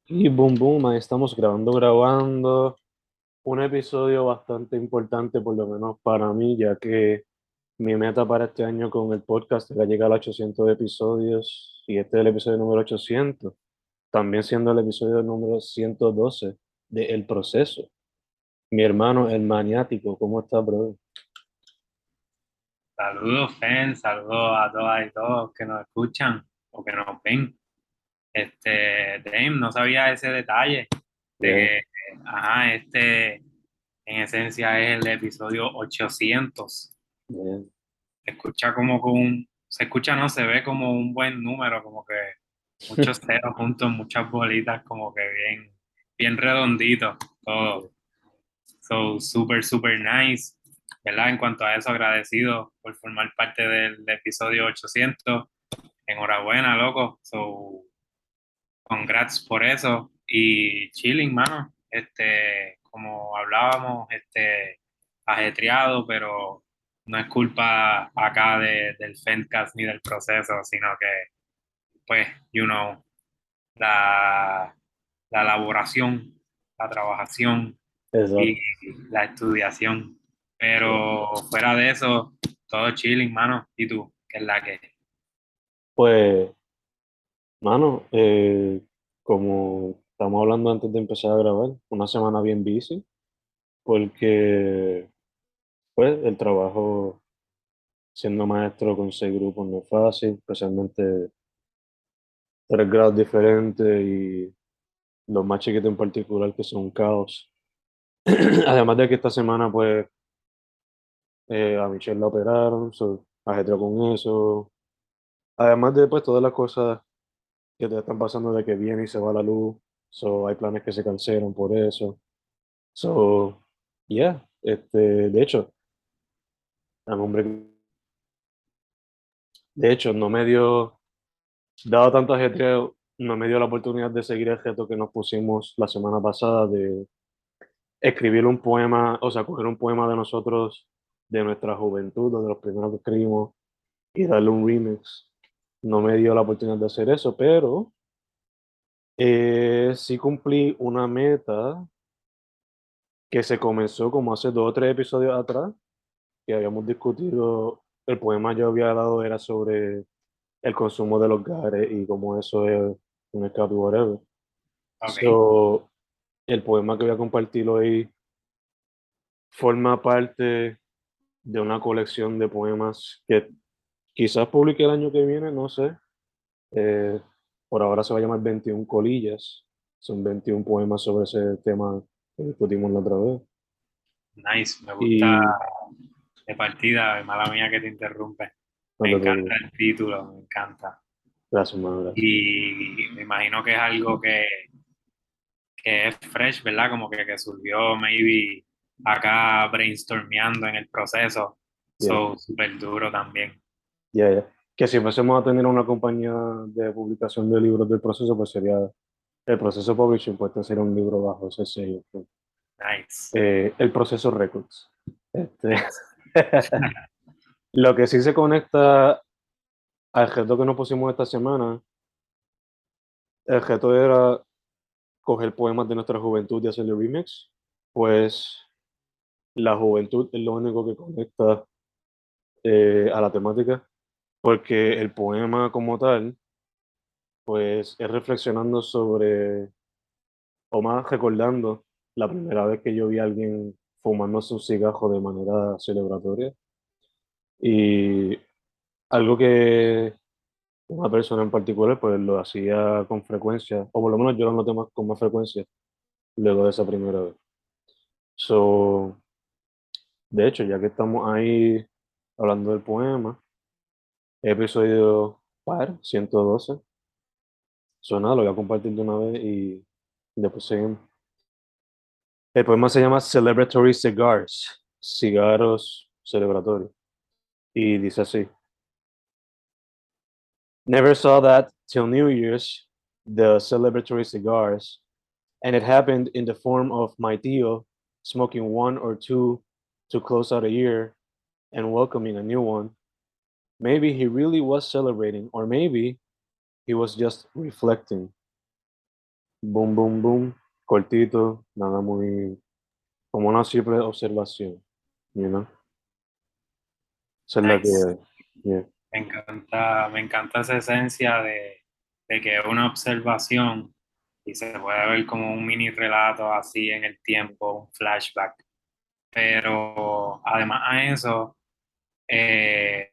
Y boom, boom, ahí estamos grabando un episodio bastante importante, por lo menos para mí, ya que mi meta para este año con el podcast era llegar a 800 episodios y este es el episodio número 800, también siendo el episodio número 112 de El Proceso. Mi hermano, el maniático, ¿cómo estás, brother? Saludos, Fen, saludos a todas y todos que nos escuchan o que nos ven. Dame, no sabía ese detalle de Bien, que, ajá, en esencia es el episodio 800. bien. Se escucha se escucha, no, se ve como un buen número, como que muchos ceros juntos, muchas bolitas, como que bien redondito todo. So, super, super nice, ¿verdad? En cuanto a eso, agradecido por formar parte del episodio 800. Enhorabuena, loco. So, congrats por eso. Y chilling, mano. Como hablábamos, ajetreado, pero no es culpa acá del Fencast ni del proceso, sino que, pues, la, la elaboración, la trabajación y Exacto. la estudiación. Sí. Pero fuera de eso, todo chilling, mano. ¿Y tú? ¿Qué es la que? Pues, mano, como estamos hablando antes de empezar a grabar, una semana bien busy, porque pues el trabajo siendo maestro con 6 grupos no es fácil, especialmente 3 grados diferentes y los más chiquitos en particular que son un caos. Además de que esta semana pues a Michelle la operaron, so, ajetreo con eso. Además de pues todas las cosas que te están pasando de que viene y se va la luz, so, hay planes que se cancelan por eso. So, yeah, de hecho, al hombre, de hecho, no me dio, dado tanto ajetreo, no me dio la oportunidad de seguir el reto que nos pusimos la semana pasada de escribir un poema, o sea, coger un poema de nosotros, de nuestra juventud, o de los primeros que escribimos, y darle un remix. No me dio la oportunidad de hacer eso, pero sí cumplí una meta que se comenzó como hace 2 o 3 episodios atrás, que habíamos discutido. El poema yo había dado era sobre el consumo de los gares y cómo eso es un escape, whatever. Ok. So, el poema que voy a compartir hoy forma parte de una colección de poemas que quizás publique el año que viene, no sé. Eh, por ahora se va a llamar 21 colillas. Son 21 poemas sobre ese tema que discutimos la otra vez. Nice, me gusta Y de partida, mala mía que te interrumpe. no Me te encanta preocupes. el título, me encanta. Gracias, mano, gracias. Y me imagino que es algo que es fresh, ¿verdad? Como que surgió maybe acá brainstormeando en el proceso. Yeah, So, súper duro también. yeah, yeah. Que si fuésemos a tener una compañía de publicación de libros del proceso, pues sería el proceso publishing, pues este sería un libro bajo ese sello, pues. Nice, El proceso Records. Este, nice. lo que sí se conecta al reto que nos pusimos esta semana, el reto era coger poemas de nuestra juventud y hacerle remix, pues la juventud es lo único que conecta a la temática, porque el poema como tal, pues es reflexionando sobre, o más recordando, la primera vez que yo vi a alguien fumándose un cigarro de manera celebratoria, y algo que una persona en particular pues lo hacía con frecuencia, o por lo menos yo lo noté más, con más frecuencia luego de esa primera vez. So, de hecho, ya que estamos ahí hablando del poema, episodio par 112. So, nada, lo voy a compartir de una vez y después seguimos. El poema se llama Celebratory Cigars, cigarros celebratorios. Y dice así: Never saw that till New Year's, the celebratory cigars, and it happened in the form of my tío smoking one or two to close out a year and welcoming a new one. Maybe he really was celebrating, or maybe he was just reflecting. boom, boom, boom, cortito, nada muy, como una simple observación, you know? Esa es la que, Nice. yeah. Me encanta esa esencia de que es una observación y se puede ver como un mini relato así en el tiempo, un flashback. Pero además a eso, eh,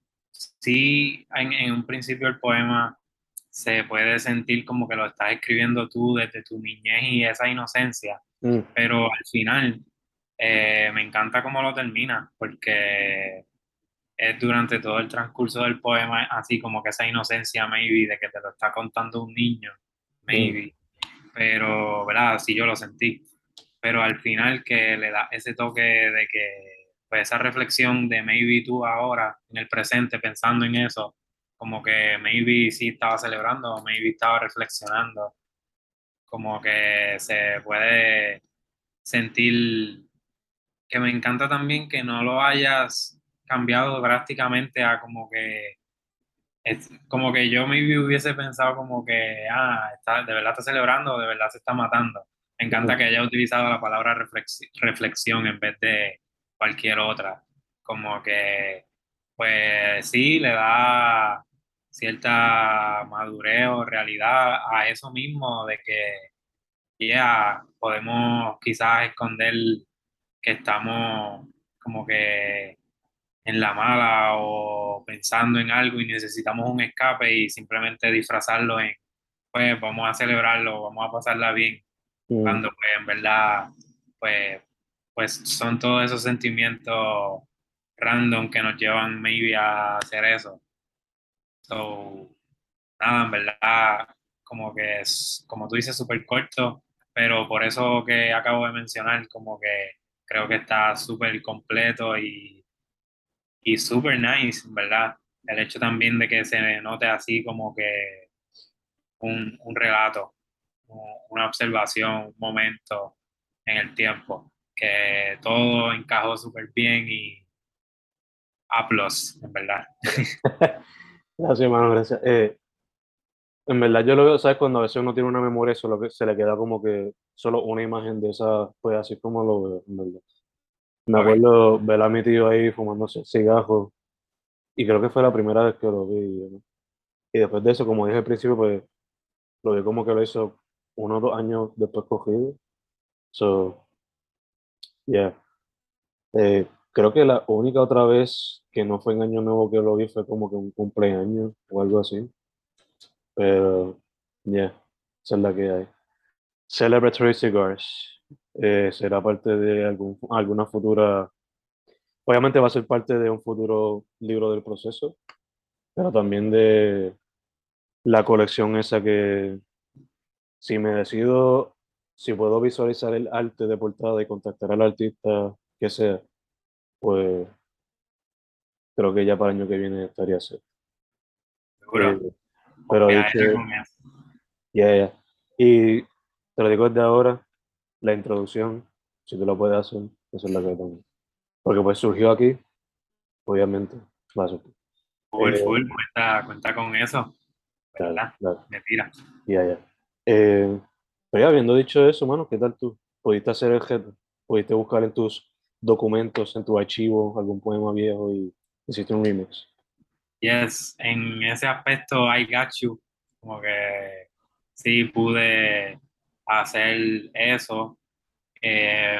sí, en un principio el poema se puede sentir como que lo estás escribiendo tú desde tu niñez y esa inocencia, Mm, pero al final me encanta cómo lo termina, porque es durante todo el transcurso del poema así como que esa inocencia, maybe, de que te lo está contando un niño, mm, maybe, pero, ¿verdad? Así yo lo sentí. Pero al final que le da ese toque de que, pues esa reflexión de maybe tú ahora, en el presente, pensando en eso, como que maybe sí estaba celebrando, maybe estaba reflexionando, como que se puede sentir que me encanta también que no lo hayas cambiado drásticamente a como que es como que yo maybe hubiese pensado como que, de verdad está celebrando o de verdad se está matando. Me encanta mm, que haya utilizado la palabra reflexión en vez de cualquier otra. Como que, pues sí, le da cierta madurez o realidad a eso mismo de que, ya podemos quizás esconder que estamos como que en la mala o pensando en algo y necesitamos un escape y simplemente disfrazarlo en, pues vamos a celebrarlo, vamos a pasarla bien, mm. cuando pues en verdad, pues, pues son todos esos sentimientos random que nos llevan maybe a hacer eso. So, nada, en verdad, como que es, como tú dices, súper corto, pero por eso que acabo de mencionar, como que creo que está súper completo y súper nice, ¿verdad? El hecho también de que se note así como que un relato, una observación, un momento en el tiempo, que todo encajó súper bien y aplausos, en verdad. Gracias, hermano, gracias. En verdad yo lo veo, ¿sabes? Cuando a veces uno tiene una memoria, solo que se le queda como que solo una imagen de esa, pues así como lo veo, en verdad. Me Ok, acuerdo ver a mi tío ahí fumándose cigarros, y creo que fue la primera vez que lo vi, ¿no? Y después de eso, como dije al principio, pues lo vi como que lo hizo 1 o 2 años después cogido. So, yeah. Creo que la única otra vez que no fue en Año Nuevo que lo vi fue como que un cumpleaños o algo así. Pero, yeah, esa es la que hay. Celebratory Cigars. Será parte de alguna futura. Obviamente va a ser parte de un futuro libro del proceso, pero también de la colección esa que, si me decido, si puedo visualizar el arte de portada y contactar al artista que sea, pues creo que ya para el año que viene estaría así. Eh, seguro. pero Voy a dicho, ir con eso. ya, ya. Y te lo digo desde ahora, la introducción, si tú lo puedes hacer, esa es la que tengo. Porque pues surgió aquí, obviamente, va a surgir. Full, Eh, full, cuenta con eso, claro, ¿verdad? claro, Me tira. ya, ya. Pero ya habiendo dicho eso, mano, ¿qué tal tú? ¿Pudiste hacer el reto? ¿Pudiste buscar en tus documentos, en tu archivo, algún poema viejo y hiciste un remix? Yes, en ese aspecto I got you, como que sí pude hacer eso. Eh,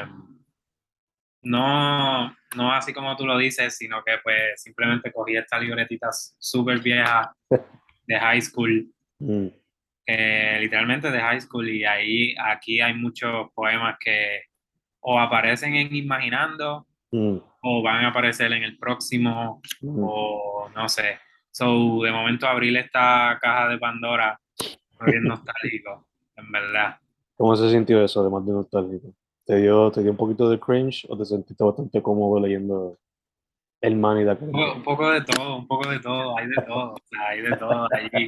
no así como tú lo dices, sino que pues simplemente cogí estas libretitas súper viejas de high school, Mm, literalmente de high school, y ahí aquí hay muchos poemas que o aparecen en Imaginando mm, o van a aparecer en el próximo, mm. o no sé. So, de momento abrir esta caja de Pandora fue bien nostálgico, en verdad. ¿Cómo se sintió eso, además de nostálgico? Te dio un poquito de cringe o te sentiste bastante cómodo leyendo el man y de aquel Un entonces? poco de todo, un poco de todo, hay de todo, o sea, hay de todo allí.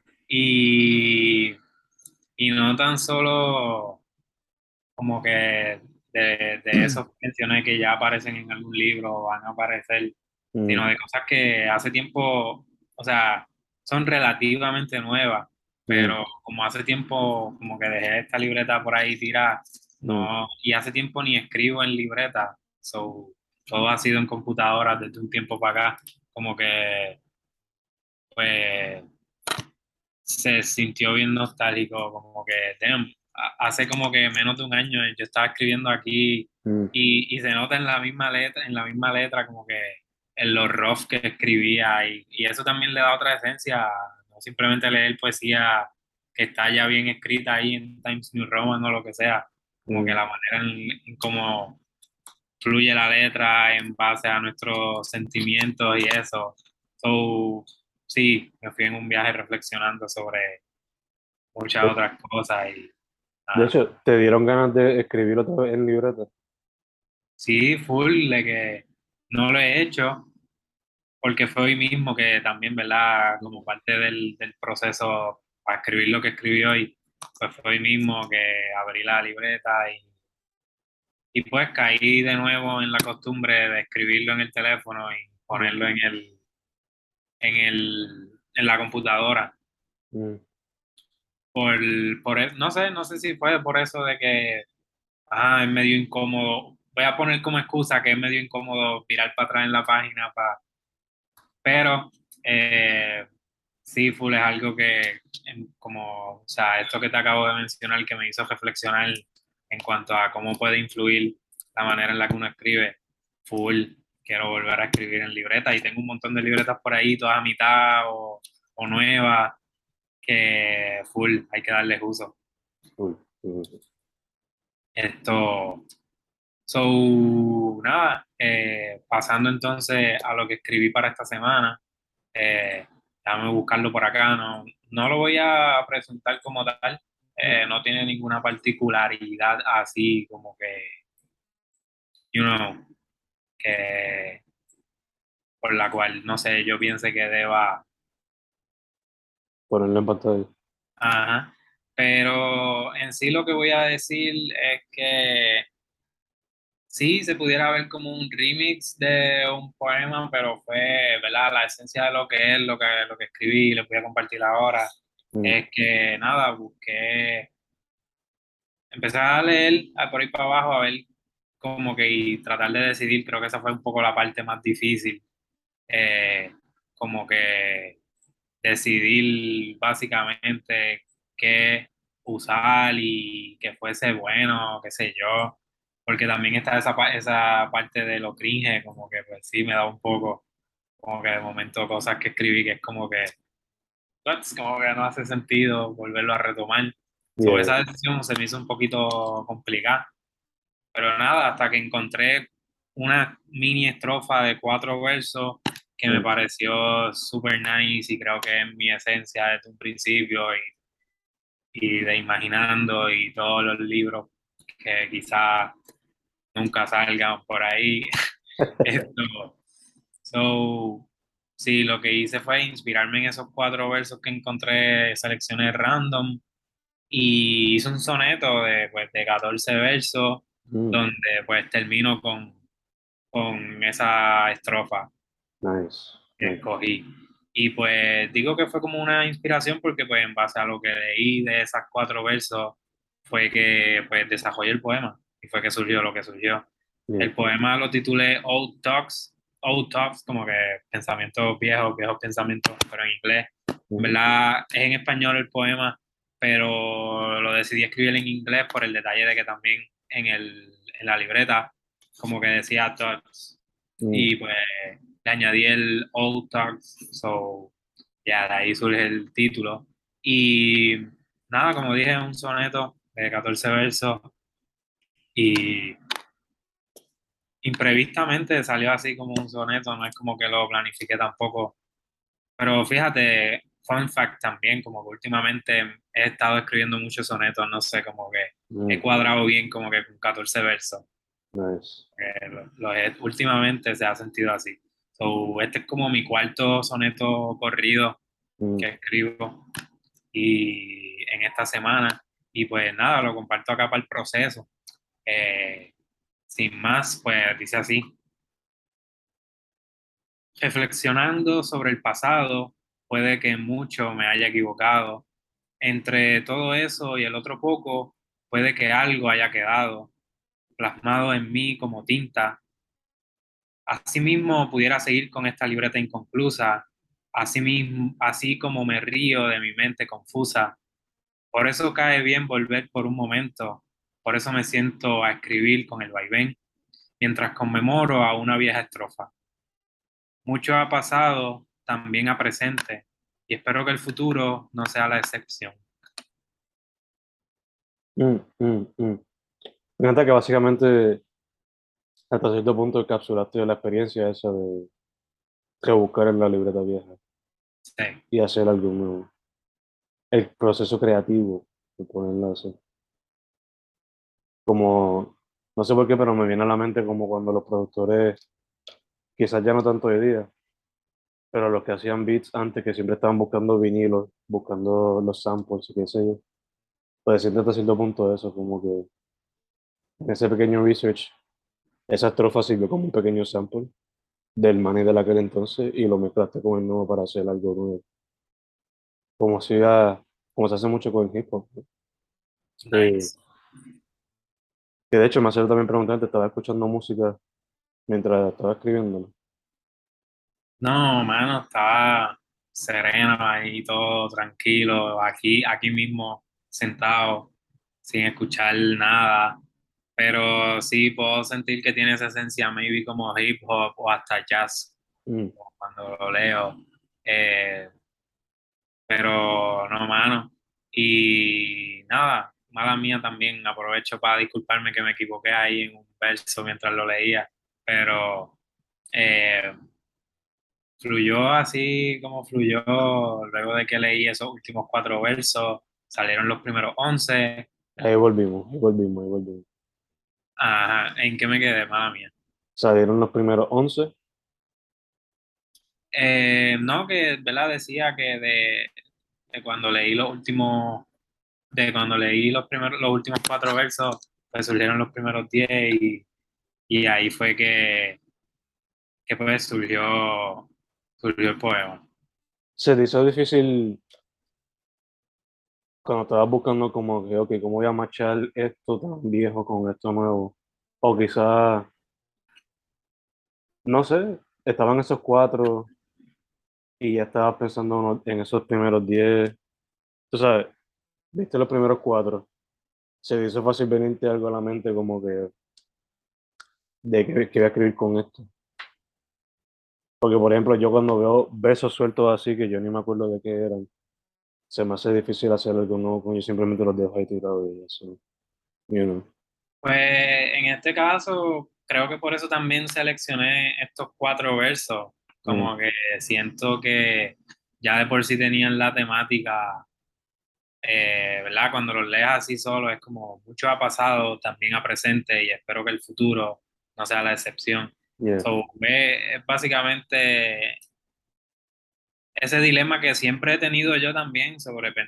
Y, y no tan solo como que de esos que mencioné que ya aparecen en algún libro o van a aparecer, Mm, sino de cosas que hace tiempo, o sea, son relativamente nuevas Mm, pero como hace tiempo, como que dejé esta libreta por ahí tirada, mm, no, y hace tiempo ni escribo en libreta, so, todo ha sido en computadora desde un tiempo para acá, como que, pues, se sintió bien nostálgico, como que, damn, hace como que menos de un año yo estaba escribiendo aquí mm, y se nota en la misma letra, como que en los rough que escribía y eso también le da otra esencia, no simplemente leer poesía que está ya bien escrita ahí en Times New Roman o lo que sea, como que mm. la manera en cómo fluye la letra en base a nuestros sentimientos y eso. So, sí, me fui en un viaje reflexionando sobre muchas De, otras cosas y de nada. hecho, ¿te dieron ganas de escribir otra vez en libreta? Sí, full, de que no lo he hecho porque fue hoy mismo que también, ¿verdad? Como Mm, parte del proceso para escribir lo que escribí hoy, pues fue hoy mismo que abrí la libreta y pues caí de nuevo en la costumbre de escribirlo en el teléfono y mm, ponerlo en la computadora. mm. No sé si fue por eso de que es medio incómodo. Voy a poner como excusa que es medio incómodo tirar para atrás en la página, pero eh, sí, full es algo que, como, o sea, esto que te acabo de mencionar que me hizo reflexionar en cuanto a cómo puede influir la manera en la que uno escribe, full, quiero volver a escribir en libreta y tengo un montón de libretas por ahí, todas a mitad o nuevas, que full, hay que darles uso. Cool, cool, cool. Esto. So, nada, pasando entonces a lo que escribí para esta semana, déjame buscarlo por acá, no lo voy a presentar como tal, no tiene ninguna particularidad así como que, you know, que por la cual, no sé, yo piense que deba, Ponerlo en pantalla. ajá, pero en sí lo que voy a decir es que sí, se pudiera ver como un remix de un poema, pero fue, ¿verdad? La esencia de lo que es, lo que escribí, lo voy a compartir ahora, Mm, es que nada, empecé a leer por ahí para abajo, a ver como que y tratar de decidir, creo que esa fue un poco la parte más difícil, eh, como que decidir básicamente qué usar y que fuese bueno, qué sé yo, porque también está esa parte de lo cringe, como que pues sí me da un poco, como que de momento cosas que escribí que es como que, como que no hace sentido volverlo a retomar. Sobre yeah. esa decisión se me hizo un poquito complicada, pero nada, hasta que encontré una mini estrofa de 4 versos que me Mm, pareció super nice y creo que es mi esencia desde un principio y de Imaginando y todos los libros que quizás nunca salgan por ahí. Esto, so, sí, lo que hice fue inspirarme en esos 4 versos que encontré, seleccioné random y hice un soneto de 14 versos mm, donde pues termino con esa estrofa nice, que nice. escogí. Y pues digo que fue como una inspiración porque pues en base a lo que leí de esas 4 versos fue que pues desarrollé el poema y fue que surgió lo que surgió. Yeah. El poema lo titulé Old Talks, como que pensamientos viejos, viejos pensamientos, pero en inglés. En Mm, verdad es en español el poema, pero lo decidí escribir en inglés por el detalle de que también en la libreta como que decía Talks mm, y pues le añadí el Old Talks, so ya de ahí surge el título. Y nada, como dije, es un soneto de 14 versos y imprevistamente salió así como un soneto, no es como que lo planifiqué tampoco. Pero fíjate, fun fact también, como que últimamente he estado escribiendo muchos sonetos, no sé, como que he mm, cuadrado bien como que con 14 versos. nice. Últimamente se ha sentido así. So, este es como mi cuarto soneto corrido Mm, que escribo y en esta semana. Y pues nada, lo comparto acá para el proceso. Eh, Sin más, pues dice así, reflexionando sobre el pasado, puede que mucho me haya equivocado, entre todo eso y el otro poco, puede que algo haya quedado plasmado en mí como tinta. Asimismo, pudiera seguir con esta libreta inconclusa, así como me río de mi mente confusa. Por eso cae bien volver por un momento, por eso me siento a escribir con el vaivén, mientras conmemoro a una vieja estrofa. Mucho ha pasado, también a presente, y espero que el futuro no sea la excepción. Mm, mm. Me encanta que básicamente hasta cierto punto encapsulaste la experiencia esa de rebuscar en la libreta vieja Sí, y hacer algo nuevo. El proceso creativo de ponerlo así. Como, no sé por qué, pero me viene a la mente como cuando los productores, quizás ya no tanto hoy día, pero los que hacían beats antes, que siempre estaban buscando vinilos, buscando los samples y qué sé yo, pues siento hasta cierto punto eso, como que en ese pequeño research, esa estrofa sirvió como un pequeño sample del money de aquel entonces y lo mezclaste con el nuevo para hacer algo nuevo. Como si como se hace mucho con el hip hop, ¿no? Que, nice. que de hecho me hace también preguntarte, estaba escuchando música mientras estaba escribiendo. No, mano, estaba sereno ahí, todo tranquilo, aquí mismo, sentado, sin escuchar nada. Pero sí puedo sentir que tiene esa esencia, maybe como hip hop o hasta jazz, Mm. cuando lo leo. Eh, pero no, mano. Y nada, mala mía también. Aprovecho para disculparme que me equivoqué ahí en un verso mientras lo leía. Pero eh, fluyó así como fluyó. Luego de que leí esos últimos 4 versos, salieron los primeros 11. Ahí volvimos, ahí volvimos, ahí volvimos. Ajá, ¿en qué me quedé? Mala mía. Salieron los primeros 11. No, que, ¿verdad? Decía que de cuando leí los últimos de cuando leí los últimos 4 versos, pues surgieron los primeros 10 y ahí fue que pues surgió el poema. Se te hizo difícil cuando estabas buscando como que, ok, ¿cómo voy a machar esto tan viejo con esto nuevo? O quizás, no sé, estaban esos cuatro y ya estabas pensando en esos primeros 10. Tú sabes, viste los primeros cuatro. Se te hizo fácil venirte algo a la mente como que de que voy a escribir con esto. Porque, por ejemplo, yo cuando veo versos sueltos así que yo ni me acuerdo de qué eran, se me hace difícil hacer algo nuevo, yo simplemente los dejo ahí tirados y eso, you know. Pues en este caso, creo que por eso también seleccioné estos 4 versos, Mm, como que siento que ya de por sí tenían la temática, ¿verdad? Cuando los lees así solo es como mucho ha pasado, también a presente y espero que el futuro no sea la excepción. yeah. So, es básicamente ese dilema que siempre he tenido yo también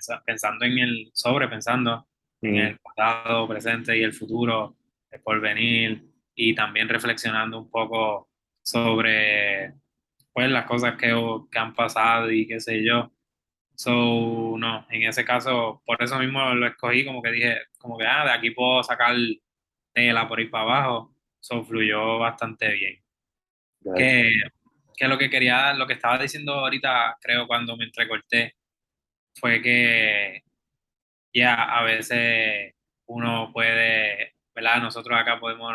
sobrepensando en Mm, el pasado, presente y el futuro, el porvenir, y también reflexionando un poco sobre pues las cosas que han pasado y qué sé yo. So, no, en ese caso, por eso mismo lo escogí, como que dije, como que de aquí puedo sacar tela por ir para abajo. So, fluyó bastante bien. gotcha. Que, que lo que estaba diciendo ahorita, creo, cuando me entrecorté, fue que ya a veces uno puede, ¿verdad? Nosotros acá podemos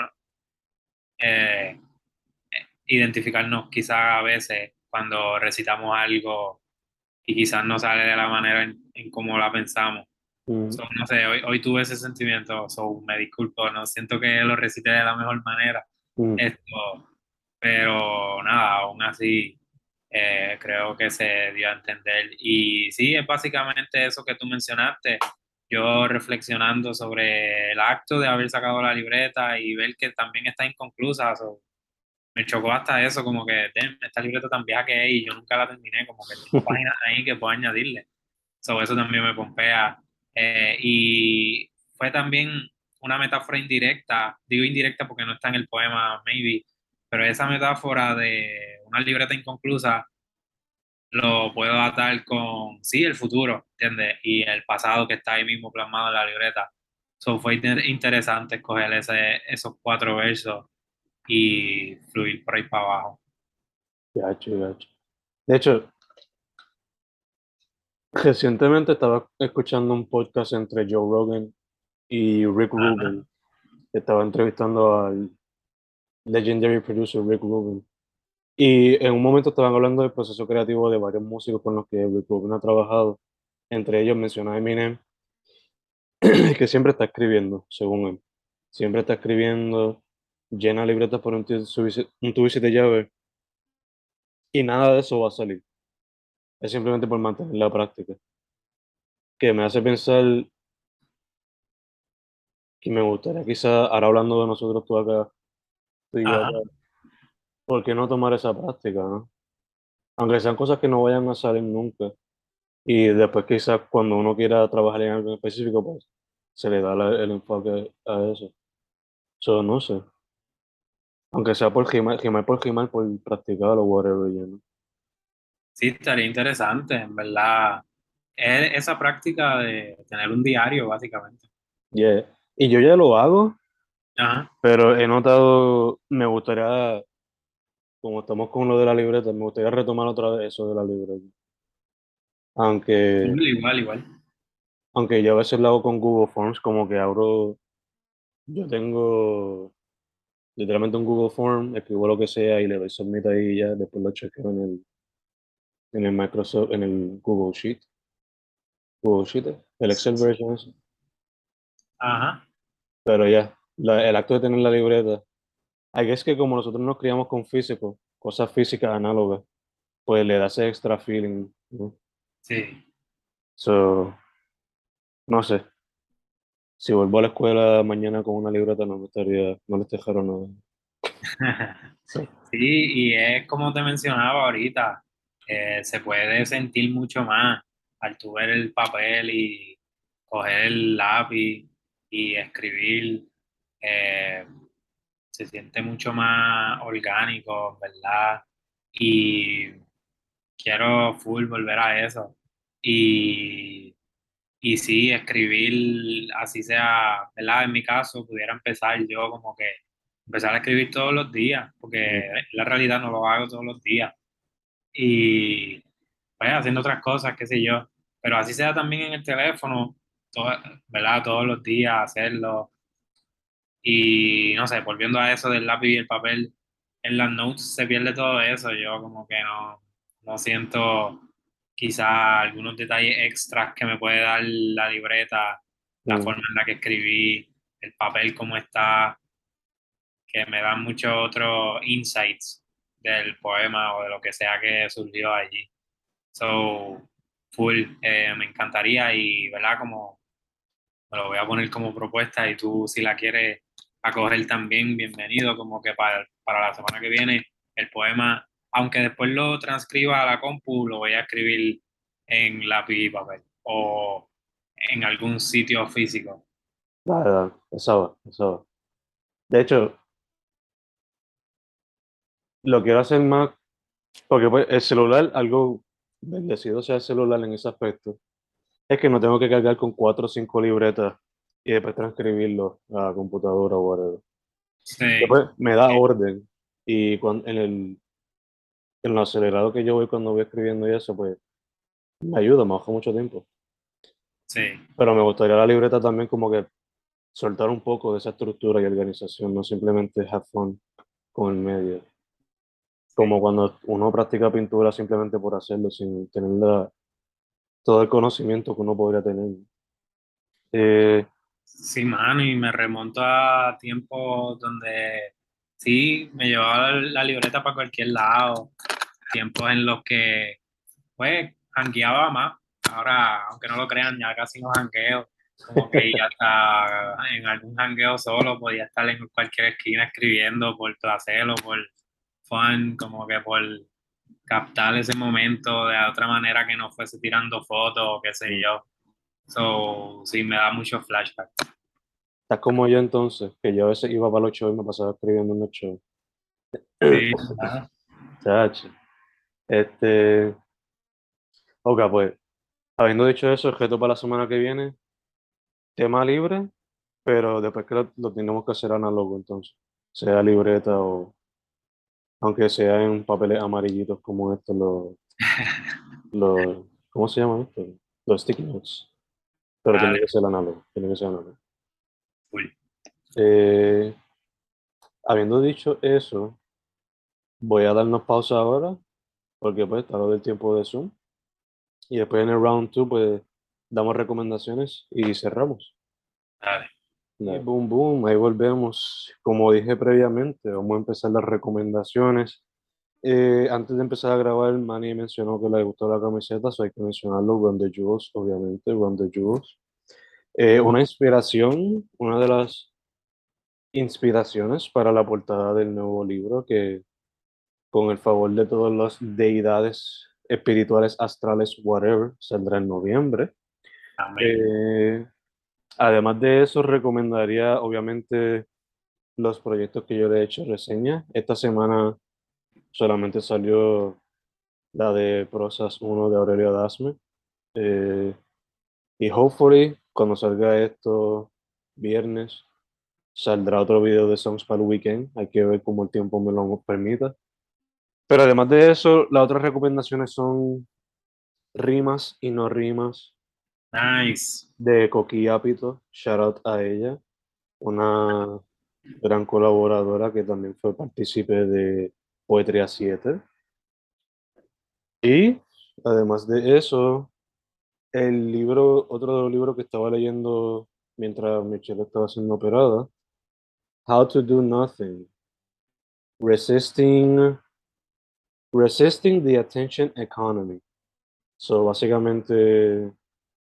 eh, identificarnos quizás a veces cuando recitamos algo y quizás no sale de la manera en cómo la pensamos. Mm, So, no sé, hoy tuve ese sentimiento, so, me disculpo, no siento que lo recité de la mejor manera. mm, Esto, pero nada, aún así creo que se dio a entender. Y sí, es básicamente eso que tú mencionaste. Yo reflexionando sobre el acto de haber sacado la libreta y ver que también está inconclusa, so, me chocó hasta eso, como que "Damn, esta libreta tan vieja que es y yo nunca la terminé, como que tengo páginas ahí que puedo añadirle. So, eso también me pompea. Y fue también una metáfora indirecta, digo indirecta porque no está en el poema, maybe, pero esa metáfora de una libreta inconclusa lo puedo atar con, sí, el futuro, ¿entiendes? Y el pasado que está ahí mismo plasmado en la libreta. So fue interesante escoger esos cuatro versos y fluir por ahí para abajo. Gacho, gacho. De hecho, recientemente estaba escuchando un podcast entre Joe Rogan y Rick Ajá, Rubin, que estaba entrevistando al legendary producer Rick Rubin. Y en un momento estaban hablando del proceso creativo de varios músicos con los que Rick Rubin ha trabajado. Entre ellos menciona a Eminem, que siempre está escribiendo, según él. Siempre está escribiendo, llena libretas por un tubo y siete llaves, y nada de eso va a salir. Es simplemente por mantener la práctica. Que me hace pensar que me gustaría quizá, ahora hablando de nosotros tú acá, tú y yo acá, ajá. ¿por qué no tomar esa práctica, no? Aunque sean cosas que no vayan a salir nunca. Y después quizás cuando uno quiera trabajar en algo en específico, pues se le da el enfoque a eso. So, no sé. Aunque sea por gimar por gimar, por practicar o whatever, you know. Sí, estaría interesante, en verdad. Es esa práctica de tener un diario, básicamente. Yeah. Y yo ya lo hago, Ajá. pero he notado, me gustaría, como estamos con lo de la libreta, me gustaría retomar otra vez eso de la libreta. Aunque, Igual, igual. aunque yo a veces lo hago con Google Forms, como que abro, yo tengo literalmente un Google Form, escribo lo que sea y le doy submit ahí y ya, después lo chequeo en el Microsoft, en el Google Sheet, el Excel version, ese. Ajá. Pero ya, el acto de tener la libreta, hay es que como nosotros nos criamos con físico, cosas físicas análogas, pues le da ese extra feeling, ¿no? Sí. So, no sé, si vuelvo a la escuela mañana con una libreta no me estaría, no le estaría nada. Sí. Sí, y es como te mencionaba ahorita, se puede sentir mucho más al tú ver el papel y coger el lápiz y escribir. eh, Se siente mucho más orgánico, ¿verdad? Y quiero full volver a eso. Y, y sí, escribir, así sea, ¿verdad? En mi caso, pudiera empezar yo como que empezar a escribir todos los días, porque Mm, en la realidad no lo hago todos los días. Y pues haciendo otras cosas, qué sé yo. Pero así sea también en el teléfono, ¿verdad? Todos los días hacerlo. Y no sé, volviendo a eso del lápiz y el papel, en las notes se pierde todo eso. Yo como que no siento quizá algunos detalles extras que me puede dar la libreta, la mm, forma en la que escribí, el papel como está, que me dan muchos otros insights del poema o de lo que sea que surgió allí. So, full, me encantaría y, ¿verdad? Como me lo voy a poner como propuesta y tú si la quieres acoger también, bienvenido, como que para la semana que viene el poema, aunque después lo transcriba a la compu, lo voy a escribir en lápiz y papel o en algún sitio físico. dale, dale, esa va, esa va. De hecho, lo quiero hacer más, porque pues, el celular, algo bendecido sea el celular en ese aspecto, es que no tengo que cargar con cuatro o cinco libretas y después transcribirlo a la computadora o whatever. Sí, Después me da orden y cuando, en lo acelerado que yo voy cuando voy escribiendo y eso, pues me ayuda, me baja mucho tiempo. sí, Pero me gustaría la libreta también como que soltar un poco de esa estructura y organización, no simplemente have fun con el medio. Como sí. cuando uno practica pintura simplemente por hacerlo, sin tener todo el conocimiento que uno podría tener. Eh, Sí, mano, y me remonto a tiempos donde sí, me llevaba la libreta para cualquier lado, tiempos en los que pues jangueaba más. Ahora, aunque no lo crean, ya casi no jangueo. Como que ya está en algún jangueo solo, podía estar en cualquier esquina escribiendo por placer o por fun, como que por captar ese momento de otra manera que no fuese tirando fotos o qué sé yo. So, sí, me da mucho flashback. Estás como yo entonces, que yo a veces iba para los shows y me pasaba escribiendo en los shows. Sí, ¿verdad? Chacho. Este, Ok, pues, habiendo dicho eso, el reto para la semana que viene, tema libre, pero después que lo tenemos que hacer análogo, entonces, sea libreta o, aunque sea en papeles amarillitos como estos, ¿cómo se llama esto? Los sticky notes, pero tiene Dale, que ser análogo, tiene que ser análogo. full. Eh, habiendo dicho eso, voy a darnos pausa ahora, porque pues está lo del tiempo de Zoom, y después en el round 2, pues, damos recomendaciones y cerramos. Dale. Y boom, boom, ahí volvemos. Como dije previamente, vamos a empezar las recomendaciones. Antes de empezar a grabar, Manny mencionó que le gustó la camiseta, so hay que mencionarlo, Run the Jewels, obviamente, Run the Jewels. Una inspiración, una de las inspiraciones para la portada del nuevo libro, que con el favor de todas las deidades espirituales, astrales, whatever, saldrá en noviembre. Amén. Eh, además de eso, recomendaría, obviamente, los proyectos que yo le he hecho reseña. Esta semana solamente salió la de Prosas 1 de Aurelio Dasme. Eh, y hopefully, cuando salga esto viernes, saldrá otro video de Songs para el Weekend. Hay que ver cómo el tiempo me lo permita. Pero además de eso, las otras recomendaciones son rimas y no rimas Nice. de Coqui Apito. Shout out a ella, una gran colaboradora que también fue partícipe de Poetría 7. Y además de eso, el libro, otro de los libros que estaba leyendo mientras Michelle estaba siendo operada, How to Do Nothing, Resisting, Resisting the Attention Economy. So, básicamente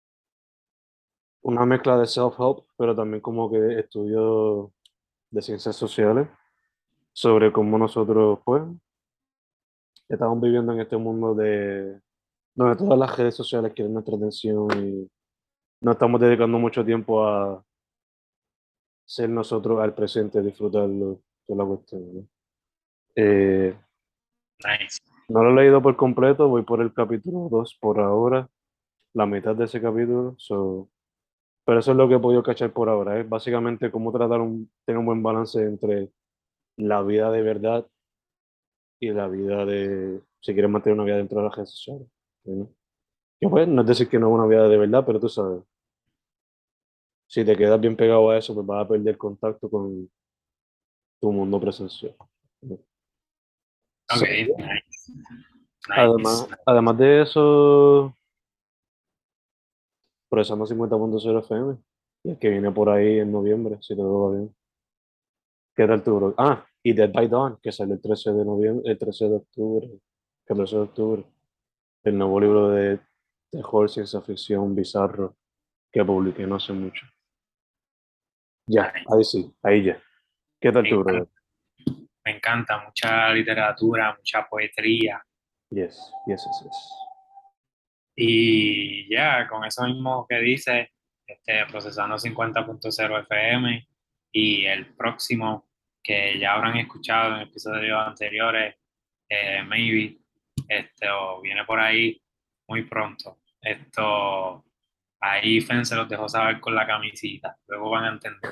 una mezcla de self-help, pero también como que estudio de ciencias sociales sobre cómo nosotros, pues, estamos viviendo en este mundo de donde todas las redes sociales quieren nuestra atención y no estamos dedicando mucho tiempo a ser nosotros al presente, disfrutarlo, toda la cuestión, ¿no? Eh, Nice. no lo he leído por completo, voy por el capítulo 2 por ahora, la mitad de ese capítulo, pero eso es lo que he podido cachar por ahora, es básicamente cómo tener un buen balance entre la vida de verdad y la vida de, si quieres mantener una vida dentro de las redes sociales, ¿no? Que pues, no es decir que no es una vida de verdad, pero tú sabes, si te quedas bien pegado a eso, pues vas a perder contacto con tu mundo presencial, ¿no? Ok, So, nice. Nice. además de eso, Procesando 50.0 FM, y el que viene por ahí en noviembre, si todo va bien. ¿Qué tal tu bro? Ah, y Dead by Dawn, que sale el 13 de noviembre, el 13 de octubre, 14 de octubre, el nuevo libro de terror, ciencia ficción, bizarro, que publiqué no hace mucho. Ya, Nice. ahí sí, ahí ya. ¿Qué tal Me tu brother? encanta, me encanta. Mucha literatura, mucha poesía. Yes, yes, yes, yes. Y ya, con eso mismo que dice, Procesando 50.0 FM y el próximo que ya habrán escuchado en episodios anteriores, maybe, o viene por ahí muy pronto. Ahí Fen se los dejó saber con la camisita, luego van a entender.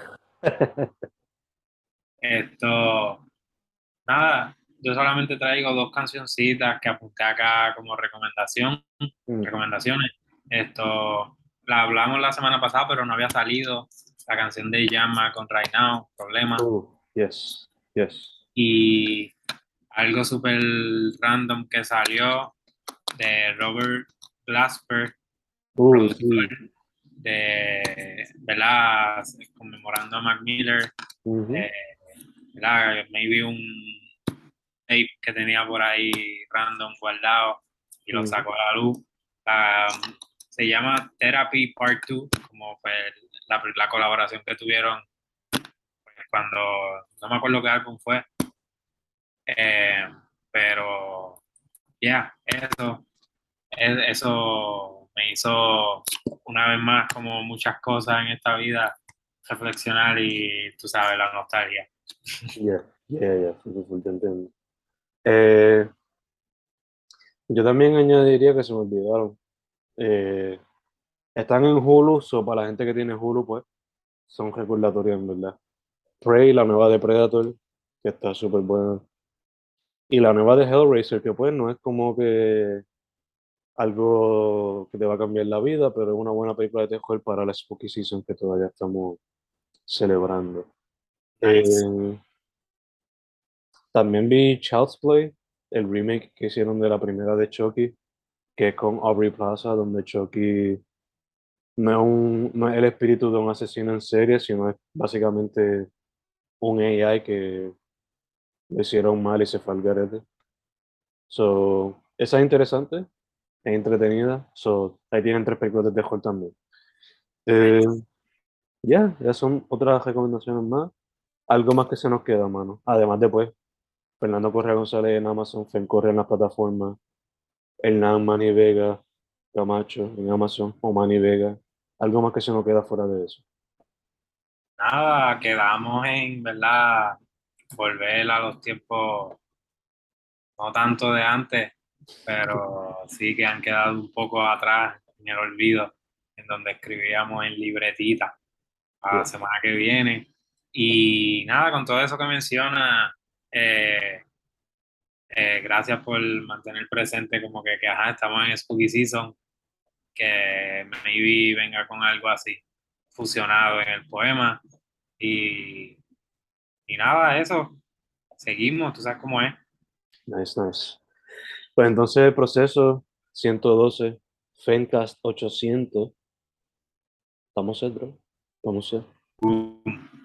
Esto, nada, yo solamente traigo dos cancioncitas que apunté acá como Mm. recomendaciones. La hablamos la semana pasada, pero no había salido la canción de Llama con Right Now, Problema. Yes, yes. Y algo súper random que salió de Robert Glasper, productor Sí. ¿verdad? Conmemorando a Mac Miller, Ujú, eh, ¿verdad? Maybe un tape que tenía por ahí random guardado y lo ujú, sacó a la luz. Ah, Se llama Therapy Part 2, como fue la colaboración que tuvieron cuando, no me acuerdo qué álbum fue, eh, pero eso me hizo una vez más, como muchas cosas en esta vida, reflexionar y tú sabes, la nostalgia. yeah, yeah, yeah, full, te entiendo. Eh, yo también añadiría que se me olvidaron. Eh, Están en Hulu, so para la gente que tiene Hulu, pues, son recordatorios en verdad. Prey, la nueva de Predator, que está súper buena. Y la nueva de Hellraiser, que pues no es como que algo que te va a cambiar la vida, pero es una buena película de terror para la Spooky Season que todavía estamos celebrando. Nice. Eh, También vi Child's Play, el remake que hicieron de la primera de Chucky, que es con Aubrey Plaza, donde Chucky no es el espíritu de un asesino en serie, sino es básicamente un AI que le hicieron mal y se fue al garete. So, esa es interesante, es entretenida. So, ahí tienen tres películas de terror también. Eh, Nice. ya son otras recomendaciones más. Algo más que se nos queda, mano. Además de, pues, Fernando Correa González en Amazon, Fen Correa en las plataformas, Hernán Manny Vega Camacho en Amazon o Manny Vega. Algo más que se nos queda fuera de eso. Nada, quedamos en, ¿verdad? Volver a los tiempos, no tanto de antes, pero sí que han quedado un poco atrás en el olvido, en donde escribíamos en libretita para la Yeah. semana que viene. Y nada, con todo eso que menciona, eh, gracias por mantener presente como que ajá, estamos en Spooky Season, que maybe venga con algo así fusionado en el poema. Y, y nada, eso, seguimos, tú sabes cómo es. Nice, nice. Pues entonces el proceso 112, Fencast 800. Estamos set, bro. Estamos set.